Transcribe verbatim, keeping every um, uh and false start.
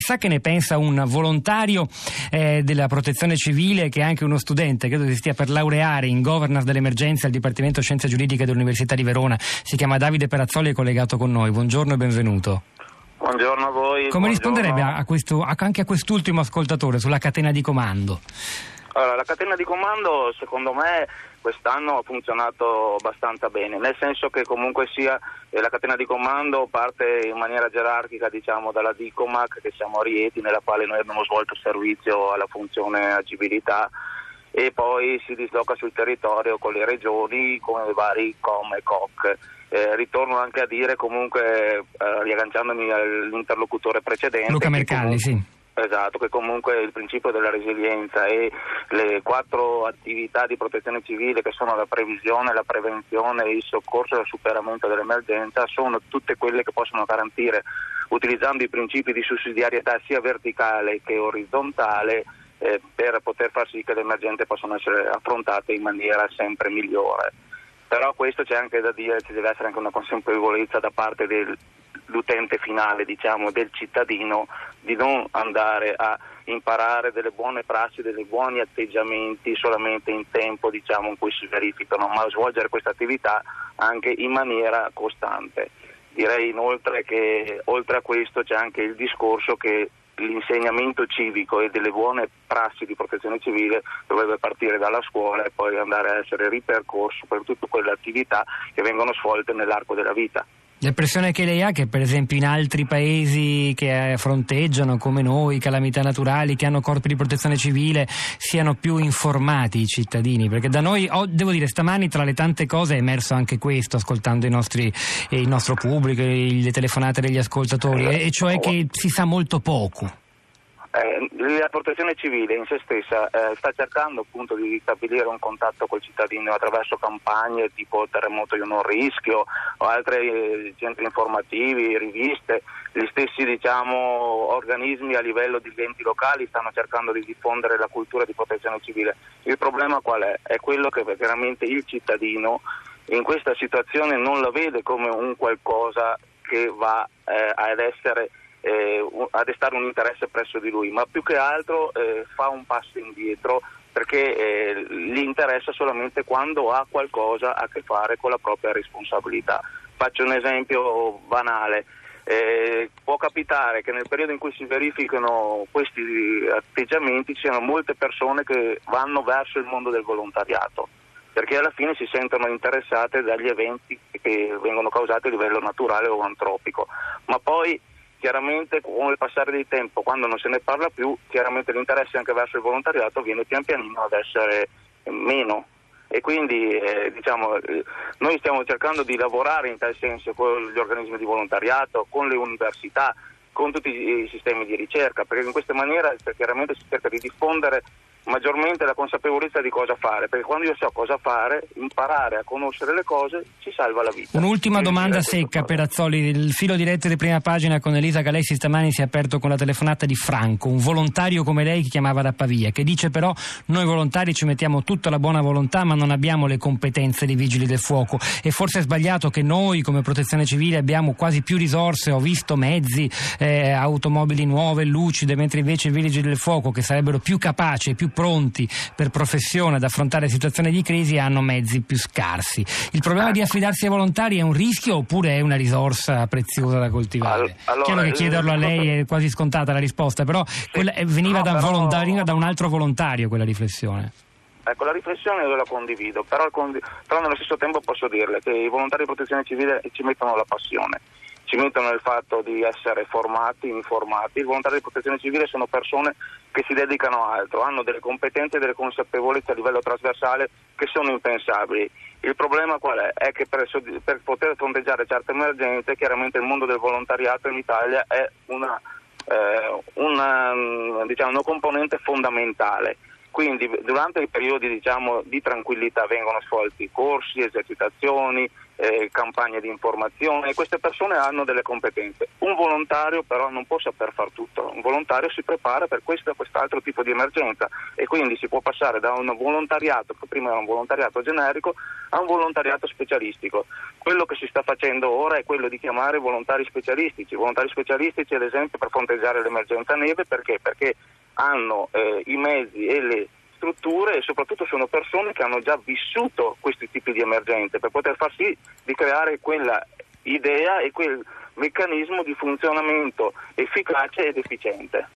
Sa che ne pensa un volontario eh, della Protezione Civile che è anche uno studente, credo si stia per laureare in governance dell'emergenza al Dipartimento Scienze Giuridiche dell'Università di Verona. Si chiama Davide Perazzoli, è collegato con noi. Buongiorno e benvenuto. Buongiorno a voi. Come buongiorno. risponderebbe a questo, a, anche a quest'ultimo ascoltatore sulla catena di comando? Allora, la catena di comando secondo me quest'anno ha funzionato abbastanza bene, nel senso che comunque sia eh, la catena di comando parte in maniera gerarchica, diciamo, dalla DICOMAC, che siamo a Rieti, nella quale noi abbiamo svolto servizio alla funzione agibilità, e poi si disloca sul territorio con le regioni, come i vari C O M e C O C. Eh, ritorno anche a dire comunque, eh, riagganciandomi all'interlocutore precedente, Luca Mercalli, sì. Esatto, che comunque il principio della resilienza e le quattro attività di protezione civile, che sono la previsione, la prevenzione, il soccorso e il superamento dell'emergenza, sono tutte quelle che possono garantire, utilizzando i principi di sussidiarietà sia verticale che orizzontale, eh, per poter far sì che le emergenze possano essere affrontate in maniera sempre migliore. Però questo c'è anche da dire, ci deve essere anche una consapevolezza da parte dell'utente finale, diciamo, del cittadino, di non andare a imparare delle buone prassi, dei buoni atteggiamenti solamente in tempo, diciamo, in cui si verificano, ma svolgere questa attività anche in maniera costante. Direi inoltre che oltre a questo c'è anche il discorso che l'insegnamento civico e delle buone prassi di protezione civile dovrebbe partire dalla scuola e poi andare a essere ripercorso per tutte quelle attività che vengono svolte nell'arco della vita. L'impressione che lei ha che per esempio in altri paesi che fronteggiano come noi calamità naturali, che hanno corpi di protezione civile, siano più informati i cittadini? Perché da noi, oh, devo dire, stamani tra le tante cose è emerso anche questo, ascoltando i nostri, eh, il nostro pubblico, le telefonate degli ascoltatori, e, e cioè che si sa molto poco. Eh, la protezione civile in se stessa eh, sta cercando appunto di stabilire un contatto col cittadino attraverso campagne tipo Terremoto Io Non Rischio o altri eh, centri informativi, riviste. Gli stessi, diciamo, organismi a livello di enti locali stanno cercando di diffondere la cultura di protezione civile. Il problema qual è? È quello che veramente il cittadino in questa situazione non la vede come un qualcosa che va eh, ad essere Eh, a destare un interesse presso di lui, ma più che altro eh, fa un passo indietro perché eh, gli interessa solamente quando ha qualcosa a che fare con la propria responsabilità. Faccio un esempio banale. Eh, può capitare che nel periodo in cui si verificano questi atteggiamenti ci siano molte persone che vanno verso il mondo del volontariato, perché alla fine si sentono interessate dagli eventi che vengono causati a livello naturale o antropico, ma poi chiaramente con il passare del tempo, quando non se ne parla più, chiaramente l'interesse anche verso il volontariato viene pian pianino ad essere meno, e quindi eh, diciamo eh, noi stiamo cercando di lavorare in tal senso con gli organismi di volontariato, con le università, con tutti i sistemi di ricerca, perché in questa maniera chiaramente si cerca di diffondere maggiormente la consapevolezza di cosa fare, perché quando io so cosa fare, imparare a conoscere le cose ci salva la vita. Un'ultima e domanda secca, Perazzoli. Il filo diretto di Prima Pagina con Elisa Galessi stamani si è aperto con la telefonata di Franco, un volontario come lei che chiamava da Pavia, che dice però: noi volontari ci mettiamo tutta la buona volontà ma non abbiamo le competenze dei vigili del fuoco, e forse è sbagliato che noi come protezione civile abbiamo quasi più risorse, ho visto mezzi, eh, automobili nuove, lucide, mentre invece i vigili del fuoco, che sarebbero più capaci e più pronti per professione ad affrontare situazioni di crisi, hanno mezzi più scarsi. Il problema di affidarsi ai volontari è un rischio oppure è una risorsa preziosa da coltivare? Allora, chiaro che chiederlo a lei è quasi scontata la risposta, però sì, quella veniva no, da, un però... volontario, da un altro volontario quella riflessione. Ecco, la riflessione io la condivido, però, però nello stesso tempo posso dirle che i volontari di protezione civile ci mettono la passione, ci mettono nel fatto di essere formati, informati. I volontari di protezione civile sono persone che si dedicano a altro, hanno delle competenze e delle consapevolezze a livello trasversale che sono impensabili. Il problema qual è? È che per, per poter fronteggiare certe emergenze, chiaramente il mondo del volontariato in Italia è una, eh, una, diciamo, una componente fondamentale. Quindi durante i periodi diciamo, di tranquillità vengono svolti corsi, esercitazioni, eh, campagne di informazione, e queste persone hanno delle competenze. Un volontario però non può saper far tutto, un volontario si prepara per questo e quest'altro tipo di emergenza, e quindi si può passare da un volontariato, che prima era un volontariato generico, a un volontariato specialistico. Quello che si sta facendo ora è quello di chiamare volontari specialistici, volontari specialistici ad esempio per fronteggiare l'emergenza neve, perché? Perché hanno eh, i mezzi e le strutture, e soprattutto sono persone che hanno già vissuto questi tipi di emergenze, per poter far sì di creare quella idea e quel meccanismo di funzionamento efficace ed efficiente.